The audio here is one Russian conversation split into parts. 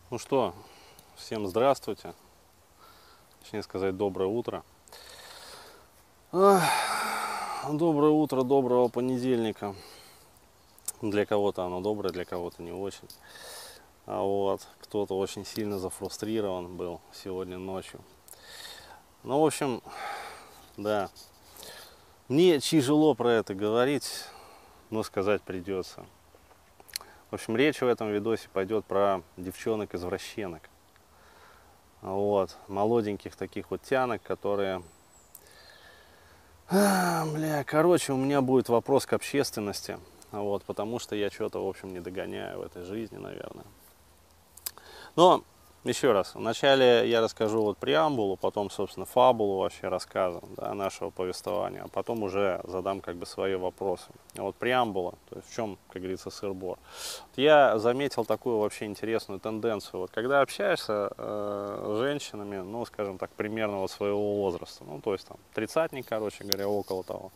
Ну что, всем здравствуйте, точнее сказать, доброе утро. Ах, доброе утро, доброго понедельника. Для кого-то оно доброе, для кого-то не очень. А вот, кто-то очень сильно зафрустрирован был сегодня ночью. Ну, в общем, да, мне тяжело про это говорить, но сказать придется. В общем, речь в этом видосе пойдет про девчонок-извращенок. Вот, молоденьких таких вот тянок, которые... короче, у меня будет вопрос к общественности, вот, потому что я что-то, в общем, не догоняю в этой жизни, наверное. Но, еще раз, вначале я расскажу вот преамбулу, потом, собственно, фабулу вообще рассказа, да, нашего повествования, а потом уже задам как бы свои вопросы. Вот преамбула, то есть в чем, как говорится, сыр-бор. Я заметил такую вообще интересную тенденцию. Вот когда общаешься с женщинами, ну, скажем так, примерно вот своего возраста, ну, то есть там тридцатник, короче говоря, около того.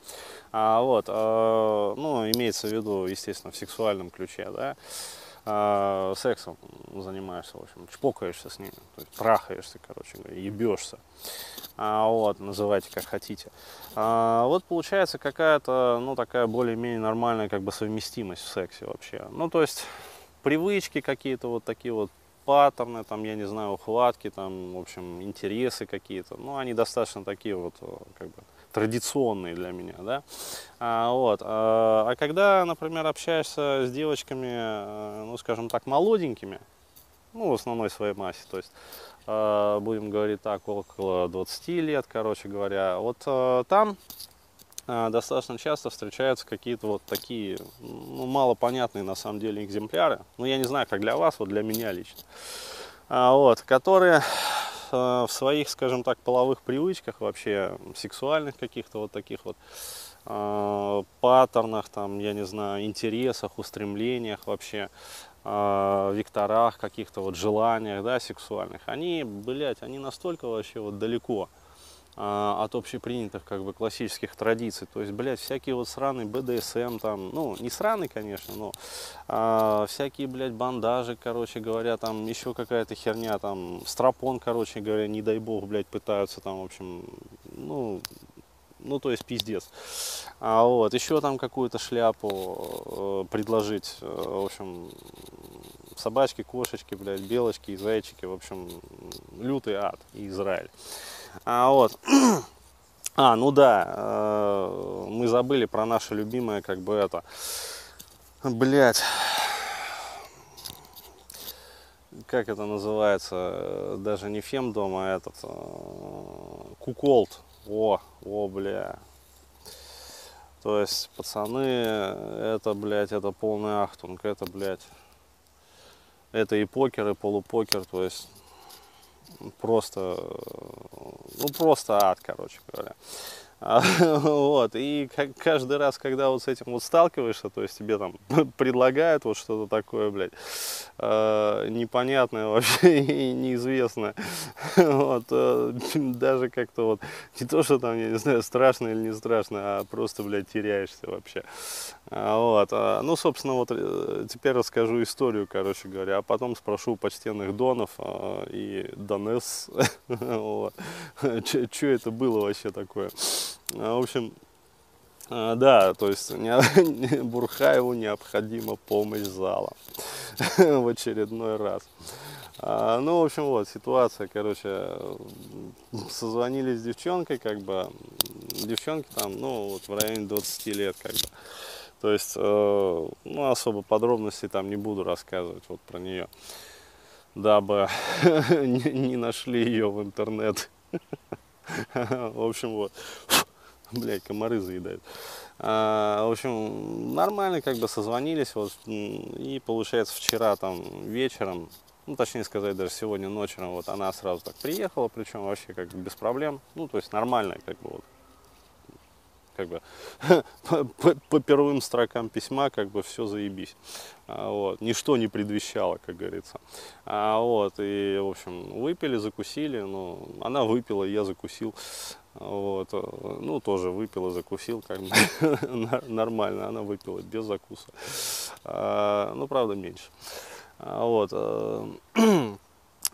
Ну, имеется в виду, естественно, в сексуальном ключе, да, сексом занимаешься, в общем, чпокаешься с ними, то есть трахаешься, короче говоря, ебешься. Вот, называйте как хотите. Вот получается какая-то, ну, такая более-менее нормальная как бы совместимость в сексе вообще. Ну, то есть привычки какие-то вот такие вот, паттерны, там, я не знаю, ухватки, там, в общем, интересы какие-то, ну, они достаточно такие вот, как бы, традиционные для меня, да. А когда, например, общаешься с девочками, ну, скажем так, молоденькими, ну, в основной своей массе, то есть, будем говорить так, около 20 лет, короче говоря, вот там достаточно часто встречаются какие-то вот такие, ну, малопонятные на самом деле экземпляры, ну, я не знаю, как для вас, вот для меня лично, которые в своих, скажем так, половых привычках, вообще сексуальных каких-то вот таких вот паттернах, там, я не знаю, интересах, устремлениях вообще, векторах, каких-то вот желаниях, да, сексуальных, они, блядь, они настолько вообще вот далеко от общепринятых, как бы, классических традиций. То есть, блядь, всякие вот сраные БДСМ там, ну, не сраный, конечно, но всякие, блядь, бандажи, короче говоря, там еще какая-то херня, там, стропон, короче говоря, не дай бог, блядь, пытаются там, в общем, ну, то есть пиздец. Вот, еще там какую-то шляпу предложить, в общем, собачки, кошечки, блядь, белочки и зайчики, в общем, лютый ад и Израиль. Вот. Ну да, мы забыли про наше любимое, как бы это, блядь, как это называется, даже не фемдом, а этот, куколд. Бля. То есть, пацаны, это, блядь, это полный ахтунг, это, блядь, это и покер, и полупокер, то есть, просто, ну, просто ад, короче говоря. Вот, и каждый раз, когда вот с этим вот сталкиваешься, то есть тебе там предлагают вот что-то такое, блядь, непонятное вообще и неизвестное, вот, даже как-то вот, не то, что там, я не знаю, страшно или не страшно, а просто, блядь, теряешься вообще. Ну, собственно, вот теперь расскажу историю, короче говоря, а потом спрошу почтенных донов и донесс, вот, что это было вообще такое. В общем, да, то есть Бурхаеву необходима помощь зала в очередной раз. Ну, в общем, вот ситуация, короче, созвонились с девчонкой, как бы, девчонки там, ну, вот в районе 20 лет, как бы. То есть, ну, особо подробностей там не буду рассказывать вот про нее, дабы не нашли ее в интернет. В общем, вот. Блядь, комары заедают. В общем, нормально как бы созвонились, вот, и получается вчера там вечером, ну, точнее сказать, даже сегодня ночью, вот, она сразу так приехала, причем вообще как бы без проблем, ну, то есть нормальная как бы вот, как бы по первым строкам письма как бы все заебись, вот, ничто не предвещало, как говорится, вот, и, в общем, выпили, закусили, ну, она выпила, я закусил, вот, ну, тоже выпила, закусил, как бы, нормально, она выпила без закуса, ну, правда, меньше, вот,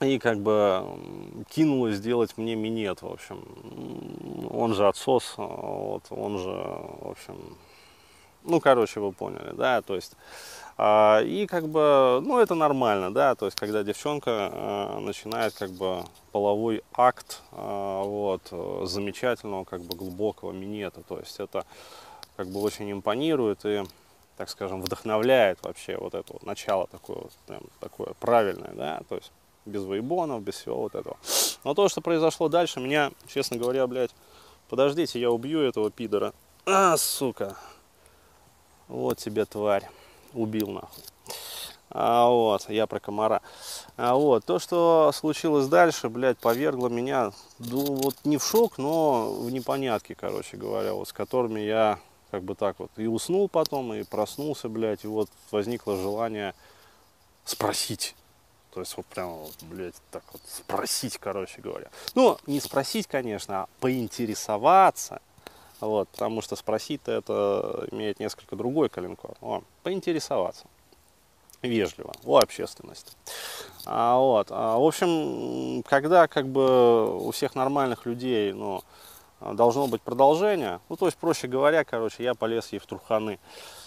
И как бы кинулась делать мне минет, в общем. Он же отсос, вот, он же, в общем, ну, короче, вы поняли, да, то есть. И как бы, ну, это нормально, да, то есть, когда девчонка начинает как бы половой акт, вот, замечательного, как бы глубокого минета, то есть, это как бы очень импонирует и, так скажем, вдохновляет вообще вот это вот начало такое, вот, прям, такое правильное, да, то есть, без выебонов, без всего вот этого. Но то, что произошло дальше, меня, честно говоря, блядь, подождите, я убью этого пидора. Сука. Вот тебе, тварь. Убил, нахуй. Вот, я про комара. Вот, то, что случилось дальше, блядь, повергло меня, ну, вот не в шок, но в непонятки, короче говоря, вот, с которыми я, как бы так вот, и уснул потом, и проснулся, блядь, и вот возникло желание спросить. То есть, вот прям, вот, блядь, так вот спросить, короче говоря. Ну, не спросить, конечно, а поинтересоваться. Вот, потому что спросить-то это имеет несколько другой коленкор. Поинтересоваться вежливо у общественности. В общем, когда как бы у всех нормальных людей, ну, должно быть продолжение, ну, то есть, проще говоря, короче, я полез ей в труханы.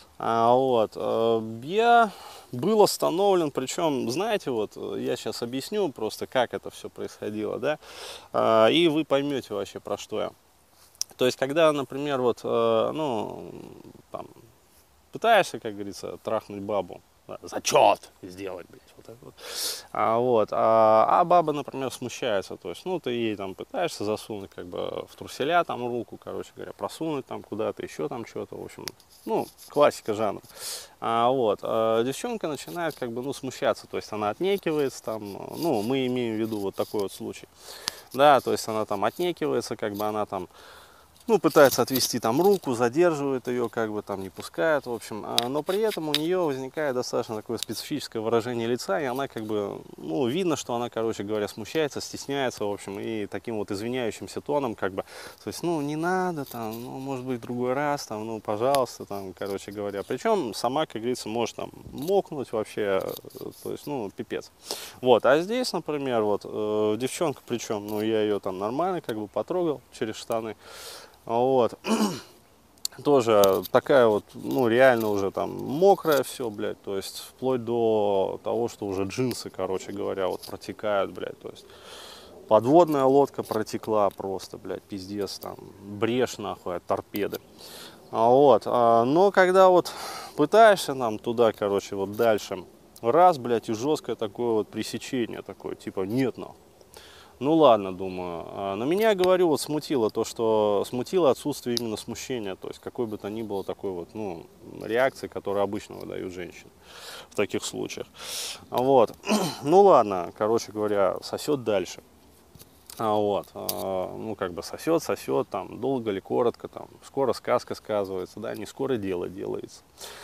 Я был остановлен, причем, знаете, вот, я сейчас объясню просто, как это все происходило, да, и вы поймете вообще, про что я. То есть, когда, например, вот, ну, там, пытаешься, как говорится, трахнуть бабу, да, зачет сделать, блядь, вот это вот. Баба, например, смущается, то есть, ну, ты ей там пытаешься засунуть, как бы, в труселя там руку, короче говоря, просунуть там куда-то, еще там что-то, в общем, ну, классика жанра. Девчонка начинает, как бы, ну, смущаться, то есть, она отнекивается, там, ну, мы имеем в виду вот такой вот случай, да, то есть, она там отнекивается, как бы, она там, ну, пытается отвести там руку, задерживает ее, как бы там не пускает, в общем. Но при этом у нее возникает достаточно такое специфическое выражение лица, и она как бы, ну, видно, что она, короче говоря, смущается, стесняется, в общем, и таким вот извиняющимся тоном, как бы, то есть, ну, не надо там, ну, может быть, в другой раз, там, ну, пожалуйста, там, короче говоря. Причем сама, как говорится, может там мокнуть вообще, то есть, ну, пипец. Вот, а здесь, например, вот, девчонка, причем, ну, я ее там нормально, как бы, потрогал через штаны. Вот. Тоже такая вот, ну, реально уже там мокрая все, блядь, то есть вплоть до того, что уже джинсы, короче говоря, вот протекают, блядь, то есть подводная лодка протекла просто, блядь, пиздец, там, брешь, нахуй, от торпеды. Но когда вот пытаешься нам туда, короче, вот дальше, раз, блядь, и жесткое такое вот пресечение, такое, типа, нет, нахуй. Ну ладно, думаю. Но меня, говорю, вот смутило то, что смутило отсутствие именно смущения, то есть какой бы то ни было такой вот, ну, реакции, которую обычно выдают женщины в таких случаях. Вот. Ну ладно, короче говоря, сосет дальше. Ну, как бы сосет, там, долго или коротко, там, скоро сказка сказывается, да, не скоро дело делается.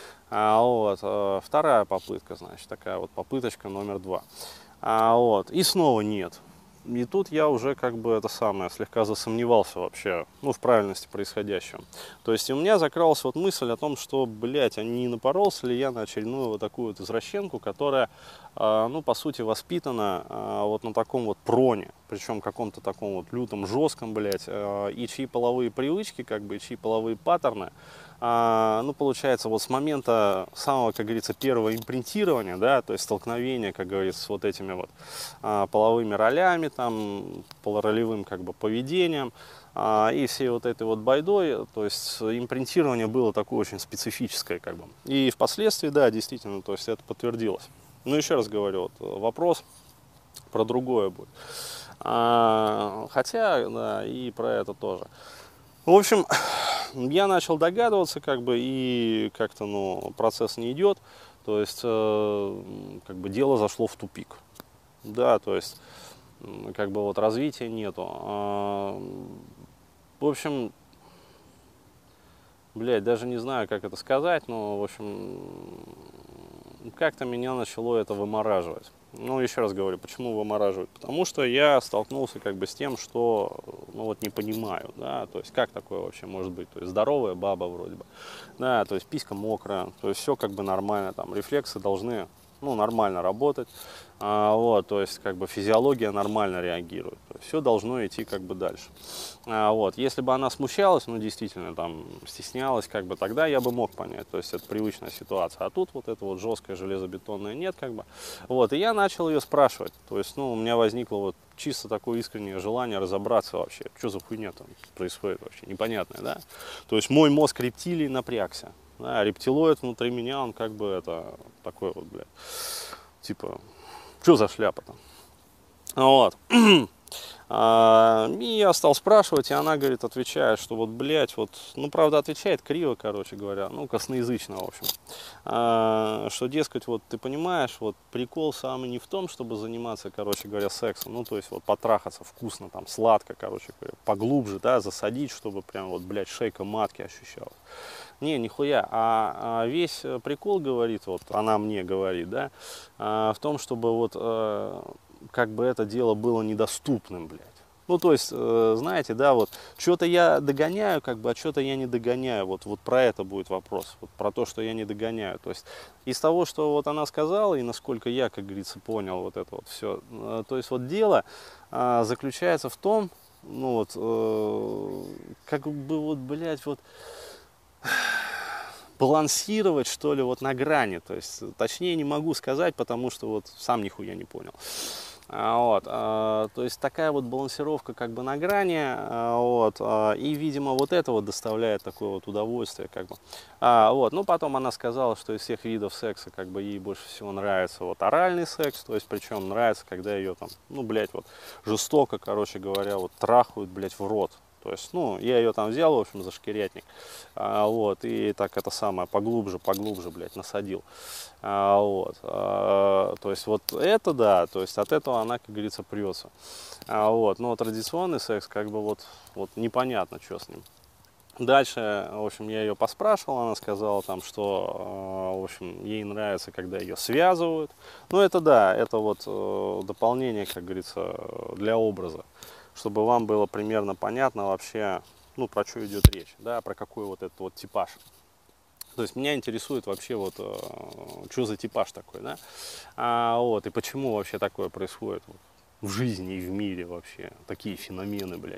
Вторая попытка, значит, такая вот попыточка номер 2. И снова нет. И тут я уже как бы это самое слегка засомневался вообще, ну, в правильности происходящего. То есть у меня закралась вот мысль о том, что, блядь, а не напоролся ли я на очередную вот такую вот извращенку, которая, ну, по сути, воспитана вот на таком вот проне, причем каком-то таком вот лютом, жестком, блядь, и чьи половые привычки, как бы, чьи половые паттерны, ну, получается, вот с момента самого, как говорится, первого импринтирования, да, то есть столкновения, как говорится, с вот этими вот половыми ролями, там, полуролевым, как бы, поведением, и всей вот этой вот байдой, то есть импринтирование было такое очень специфическое, как бы. И впоследствии, да, действительно, то есть это подтвердилось. Ну, еще раз говорю, вот, вопрос про другое будет. Хотя, да, и про это тоже. В общем, я начал догадываться, как бы, и как-то, ну, процесс не идет, то есть, как бы, дело зашло в тупик, да, то есть, как бы, вот развития нету. В общем, блядь, даже не знаю, как это сказать, но, в общем, как-то меня начало это вымораживать. Ну, еще раз говорю, почему вымораживает? Потому что я столкнулся, как бы, с тем, что, ну, вот не понимаю, да, то есть как такое вообще может быть? То есть здоровая баба вроде бы, да, то есть писька мокрая, то есть все как бы нормально, там рефлексы должны, ну, нормально работать, вот, то есть, как бы, физиология нормально реагирует, то есть, все должно идти, как бы, дальше. Вот, если бы она смущалась, ну, действительно, там, стеснялась, как бы, тогда я бы мог понять, то есть, это привычная ситуация, а тут вот это вот жесткое железобетонное нет, как бы, вот, и я начал ее спрашивать, то есть, ну, у меня возникло вот чисто такое искреннее желание разобраться вообще, что за хуйня там происходит вообще, непонятное, да, то есть, мой мозг рептилий напрягся, да, рептилоид внутри меня, он как бы это такой вот, блядь, типа, что за шляпа там? Вот. И я стал спрашивать, и она, говорит, отвечает, что вот, блядь, вот, ну, правда, отвечает криво, короче говоря, ну, косноязычно, в общем, что, дескать, вот, ты понимаешь, вот, прикол самый не в том, чтобы заниматься, короче говоря, сексом, ну, то есть, вот, потрахаться вкусно, там, сладко, короче говоря, поглубже, да, засадить, чтобы прям, вот, блядь, шейка матки ощущалась. Не, нихуя, весь прикол, говорит, вот, она мне говорит, да, в том, чтобы вот, как бы это дело было недоступным, блядь. Ну, то есть, знаете, да, вот, что-то я догоняю, как бы, а что-то я не догоняю, вот про это будет вопрос, вот про то, что я не догоняю, то есть, из того, что вот она сказала, и насколько я, как говорится, понял вот это вот все, то есть, вот дело заключается в том, ну, вот, как бы, вот, блядь, вот, балансировать, что ли, вот на грани, то есть, точнее не могу сказать, потому что вот сам нихуя не понял. То есть такая вот балансировка как бы на грани, и, видимо, вот это вот доставляет такое вот удовольствие, как бы. Ну, потом она сказала, что из всех видов секса, как бы, ей больше всего нравится вот оральный секс, то есть, причем нравится, когда ее там, ну, блядь, вот, жестоко, короче говоря, вот, трахают, блядь, в рот. То есть, ну, я ее там взял, в общем, за шкирятник, и так это самое, поглубже, блядь, насадил. То есть, вот это да, то есть, от этого она, как говорится, прется. Но традиционный секс, как бы, вот непонятно, что с ним. Дальше, в общем, я ее поспрашивал, она сказала там, что, в общем, ей нравится, когда ее связывают. Ну, это да, это вот дополнение, как говорится, для образа, чтобы вам было примерно понятно вообще, ну, про что идет речь, да, про какой вот этот вот типаж. То есть меня интересует вообще вот, что за типаж такой, да, и почему вообще такое происходит вот, в жизни и в мире вообще, такие феномены, блядь.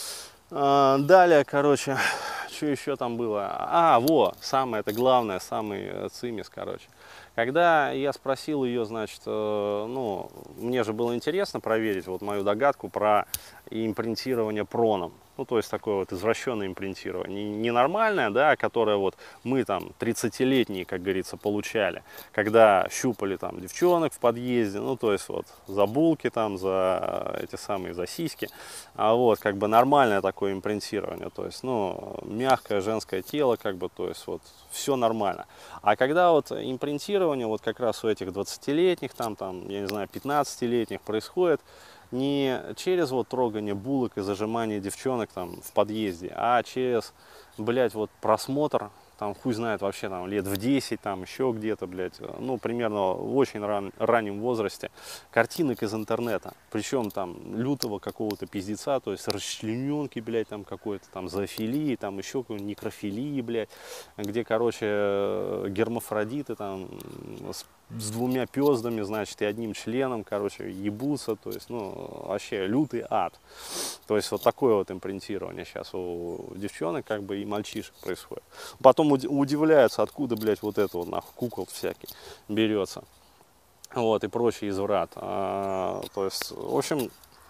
Далее, короче, что еще там было? Самое это главное, самый цимис, короче. Когда я спросил ее, значит, ну, мне же было интересно проверить вот мою догадку про импринтирование проном. Ну, то есть такое вот извращенное импринтирование. Не нормальное, да, которое вот мы там 30-летние, как говорится, получали, когда щупали там девчонок в подъезде, ну, то есть вот за булки там, за эти самые, за сиськи. Как бы нормальное такое импринтирование, то есть, ну, мягкое женское тело, как бы, то есть, вот, все нормально. А когда вот импринтирование вот как раз у этих 20-летних, там, я не знаю, 15-летних происходит, не через вот трогание булок и зажимание девчонок там в подъезде, а через, блядь, вот просмотр, там хуй знает вообще там лет в 10, там еще где-то, блядь, ну примерно в очень раннем возрасте, картинок из интернета, причем там лютого какого-то пиздеца, то есть расчлененки, блядь, там какой-то там зоофилии, там еще какой-нибудь некрофилии, блядь, где, короче, гермафродиты там с двумя пездами, значит, и одним членом, короче, ебутся, то есть, ну, вообще лютый ад. То есть, вот такое вот импринтирование сейчас у девчонок, как бы, и мальчишек происходит. Потом удивляются, откуда, блядь, вот это вот, нахуй, кукол всякий берется. Вот, и прочий изврат. То есть, в общем,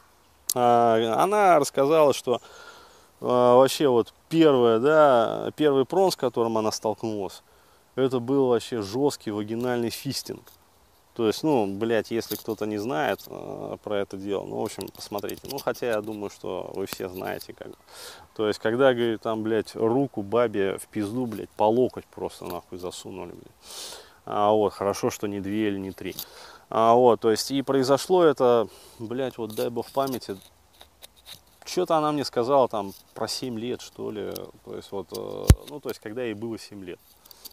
она рассказала, что вообще вот первый прон, с которым она столкнулась, это был вообще жесткий вагинальный фистинг. То есть, ну, блядь, если кто-то не знает про это дело, ну, в общем, посмотрите. Ну, хотя я думаю, что вы все знаете, как бы. То есть, когда, говорит, там, блядь, руку бабе в пизду, блядь, по локоть просто, нахуй, засунули, блядь. Хорошо, что не 2 или не 3. То есть, и произошло это, блядь, вот дай бог памяти, что-то она мне сказала там про 7 лет, что ли. То есть, вот, ну, то есть, когда ей было 7 лет.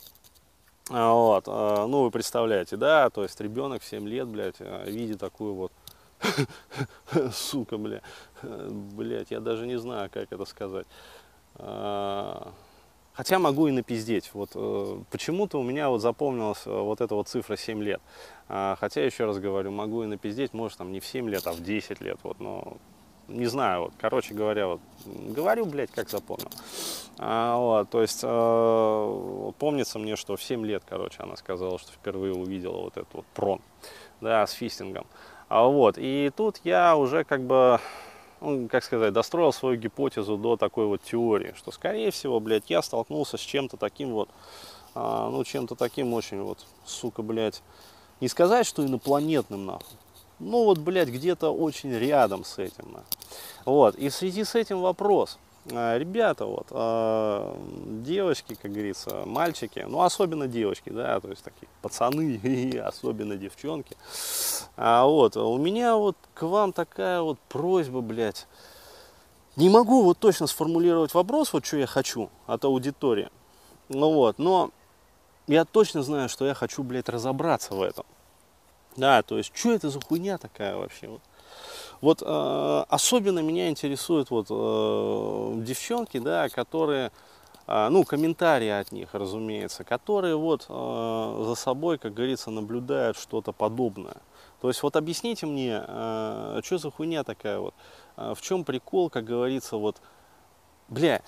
Ну вы представляете, да, то есть ребенок в 7 лет, блядь, видит такую вот, сука, блядь, я даже не знаю, как это сказать. Хотя могу и напиздеть. Вот почему-то у меня вот запомнилась вот эта вот цифра 7 лет. Хотя, еще раз говорю, могу и напиздеть, может, там не в 7 лет, а в 10 лет. Вот, но не знаю, вот, короче говоря, вот, говорю, блядь, как запомнил. Вот, то есть, помнится мне, что в 7 лет, короче, она сказала, что впервые увидела вот этот вот прон, да, с фистингом. Вот, и тут я уже как бы, ну, как сказать, достроил свою гипотезу до такой вот теории, что, скорее всего, блядь, я столкнулся с чем-то таким вот, ну, чем-то таким очень вот, сука, блядь, не сказать, что инопланетным, нахуй, ну, вот, блядь, где-то очень рядом с этим, нахуй. Вот, и в связи с этим вопрос. Ребята, вот, девочки, как говорится, мальчики, ну, особенно девочки, да, то есть такие пацаны и особенно девчонки. Вот, у меня вот к вам такая вот просьба, блядь. Не могу вот точно сформулировать вопрос, вот что я хочу от аудитории. Ну вот, но я точно знаю, что я хочу, блядь, разобраться в этом. Да, то есть, что это за хуйня такая вообще? Вот особенно меня интересуют вот девчонки, да, которые, ну, комментарии от них, разумеется, которые вот за собой, как говорится, наблюдают что-то подобное. То есть вот объясните мне, что за хуйня такая вот, в чем прикол, как говорится, вот, бля,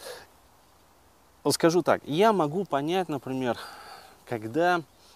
вот скажу так, я могу понять, например, когда,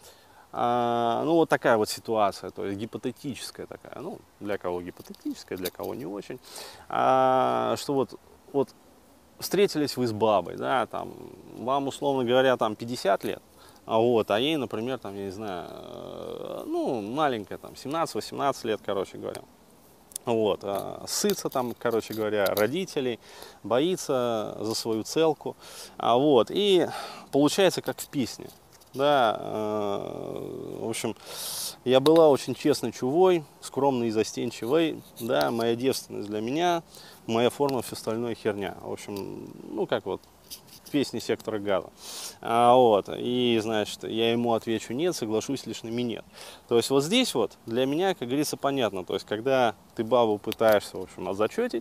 ну, вот такая вот ситуация, то есть гипотетическая такая, ну, для кого гипотетическая, для кого не очень, что вот встретились вы с бабой, да, там, вам, условно говоря, там 50 лет, вот, а ей, например, там, я не знаю, ну, маленькая, там, 17-18 лет, короче говоря. Вот, сытся там, короче говоря, родителей, боится за свою целку, вот, и получается как в песне, да, в общем, я была очень честной чувой, скромной и застенчивой, да, моя девственность для меня, моя форма, все остальное херня, в общем, ну, как вот в песне Сектора Газа. Вот, и, значит, я ему отвечу нет, соглашусь лишь на минет. То есть вот здесь вот для меня, как говорится, понятно, то есть когда ты бабу пытаешься, в общем, озачетить,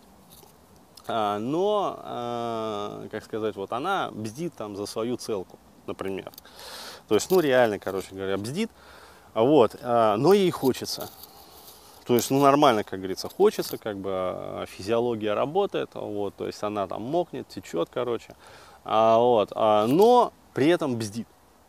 но, как сказать, вот она бздит там за свою целку, например. То есть, ну, реально, короче говоря, бздит, вот, но ей хочется. То есть, ну, нормально, как говорится, хочется, как бы физиология работает, вот, то есть она там мокнет, течет, короче, вот, но при этом бздит.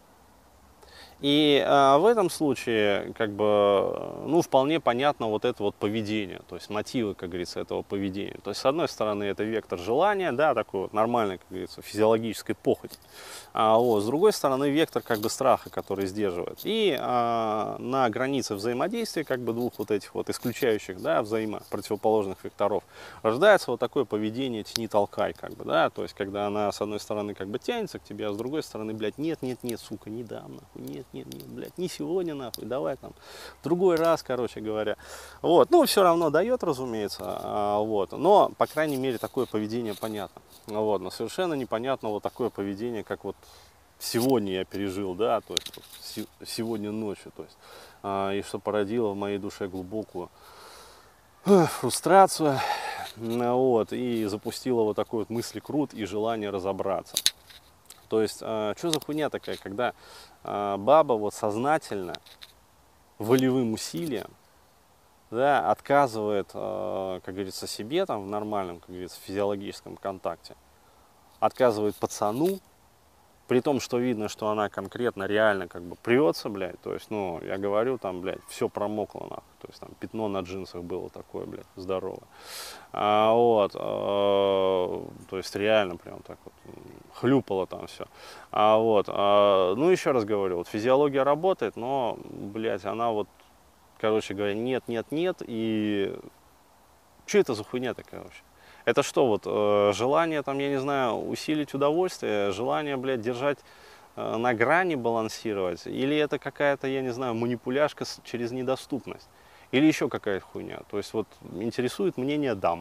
И в этом случае, как бы, ну, вполне понятно вот это вот поведение, то есть мотивы, как говорится, этого поведения. То есть, с одной стороны, это вектор желания, да, такой вот нормальной, как говорится, физиологической похоти. Вот, с другой стороны, вектор, как бы, страха, который сдерживает. И на границе взаимодействия, как бы, двух вот этих вот исключающих, да, противоположных векторов, рождается вот такое поведение тяни-толкай, как бы, да, то есть, когда она, с одной стороны, как бы, тянется к тебе, а с другой стороны, блядь, нет, сука, не дам, нахуй, нет, блядь, не сегодня, нахуй, давай там, другой раз, короче говоря. Вот, ну, все равно дает, разумеется, вот, но, по крайней мере, такое поведение понятно. Вот, но совершенно непонятно вот такое поведение, как вот сегодня я пережил, да, то есть вот, сегодня ночью, то есть, и что породило в моей душе глубокую фрустрацию, вот, и запустило вот такой вот мыслекрут и желание разобраться. То есть, что за хуйня такая, когда баба вот сознательно, волевым усилием, да, отказывает, как говорится, себе там в нормальном, как говорится, физиологическом контакте, отказывает пацану, при том, что видно, что она конкретно, реально, как бы прется, блядь, то есть, ну, я говорю, там, блядь, все промокло, нахуй, то есть, там, пятно на джинсах было такое, блядь, здоровое, вот, то есть, реально, прям так вот, хлюпало там все, вот, ну, еще раз говорю, вот, физиология работает, но, блядь, она вот, короче говоря, нет, и что это за хуйня такая вообще? Это что, вот, желание, там, я не знаю, усилить удовольствие, желание, блядь, держать на грани, балансировать, или это какая-то, я не знаю, манипуляшка через недоступность, или еще какая-то хуйня. То есть, вот, интересует мнение дам.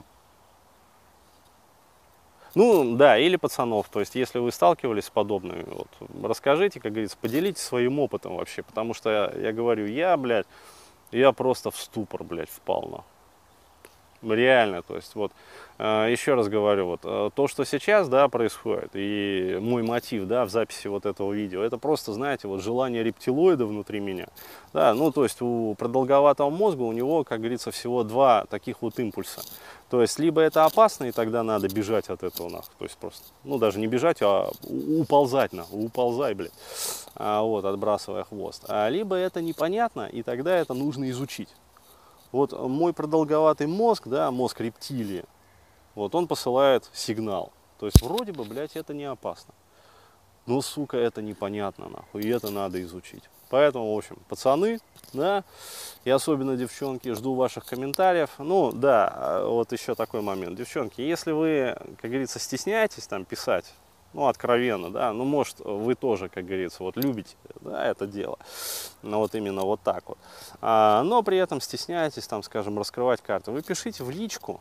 Ну, да, или пацанов, то есть, если вы сталкивались с подобными, вот, расскажите, как говорится, поделитесь своим опытом вообще, потому что, я говорю, блядь, я просто в ступор, блядь, впал, нахуй. Реально, то есть вот еще раз говорю, вот то, что сейчас, да, происходит, и мой мотив, да, в записи вот этого видео, это просто, знаете, вот желание рептилоида внутри меня, да, ну, то есть у продолговатого мозга, у него, как говорится, всего два таких вот импульса, то есть либо это опасно, и тогда надо бежать от этого, нахуй, то есть просто, ну, даже не бежать, а уползать, нахуй, уползай, блядь, вот, отбрасывая хвост, либо это непонятно, и тогда это нужно изучить. Вот мой продолговатый мозг, да, мозг рептилии, вот он посылает сигнал. То есть вроде бы, блядь, это не опасно. Но, сука, это непонятно, нахуй, и это надо изучить. Поэтому, в общем, пацаны, да, и особенно девчонки, жду ваших комментариев. Ну, да, вот еще такой момент. Девчонки, если вы, как говорится, стесняетесь там писать, ну, откровенно, да, ну, может, вы тоже, как говорится, вот любите, да, это дело, ну, вот именно вот так вот, но при этом стесняетесь, там, скажем, раскрывать карты, вы пишите в личку,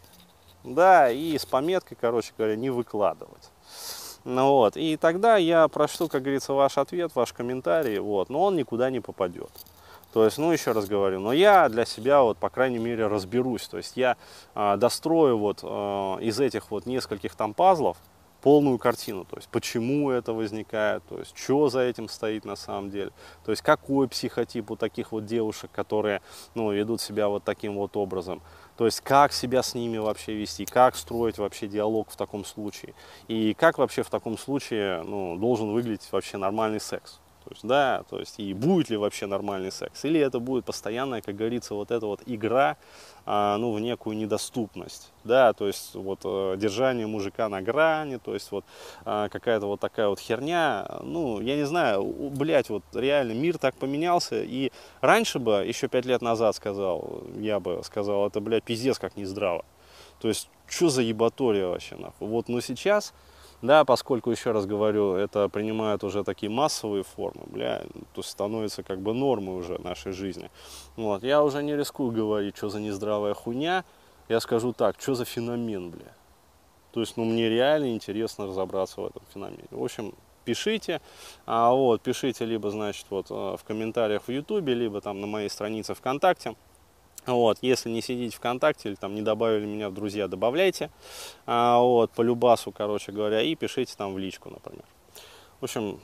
да, и с пометкой, короче говоря, не выкладывать. Ну, вот, и тогда я прочту, как говорится, ваш ответ, ваш комментарий, вот, но он никуда не попадет. То есть, ну, еще раз говорю, но я для себя, вот, по крайней мере, разберусь. То есть, я дострою вот из этих вот нескольких там пазлов полную картину. То есть, почему это возникает, то есть, что за этим стоит на самом деле. То есть, какой психотип у таких вот девушек, которые, ну, ведут себя вот таким вот образом. То есть, как себя с ними вообще вести, как строить вообще диалог в таком случае. И как вообще в таком случае, ну, должен выглядеть вообще нормальный секс. То есть, да, то есть, и будет ли вообще нормальный секс, или это будет постоянная, как говорится, вот эта вот игра, ну, в некую недоступность, да, то есть, вот, держание мужика на грани, то есть, вот, какая-то вот такая вот херня, ну, я не знаю, блядь, вот, реально, мир так поменялся, и раньше бы, еще 5 лет назад сказал, я бы сказал, это, блядь, пиздец как нездраво, то есть, что за ебатория вообще, нахуй, вот, но сейчас... Да, поскольку, еще раз говорю, это принимают уже такие массовые формы, бля, то есть становится как бы нормой уже нашей жизни. Вот, я уже не рискую говорить, что за нездравая хуйня, я скажу так, что за феномен, бля. То есть, ну, мне реально интересно разобраться в этом феномене. В общем, пишите, вот, пишите либо, значит, вот в комментариях в Ютубе, либо там на моей странице ВКонтакте. Вот, если не сидите ВКонтакте или там не добавили меня в друзья, добавляйте. Вот, по любасу, короче говоря, и пишите там в личку, например. В общем,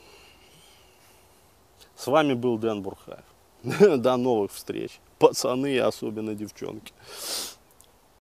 с вами был Дэн Бурхаев. До новых встреч. Пацаны и особенно девчонки.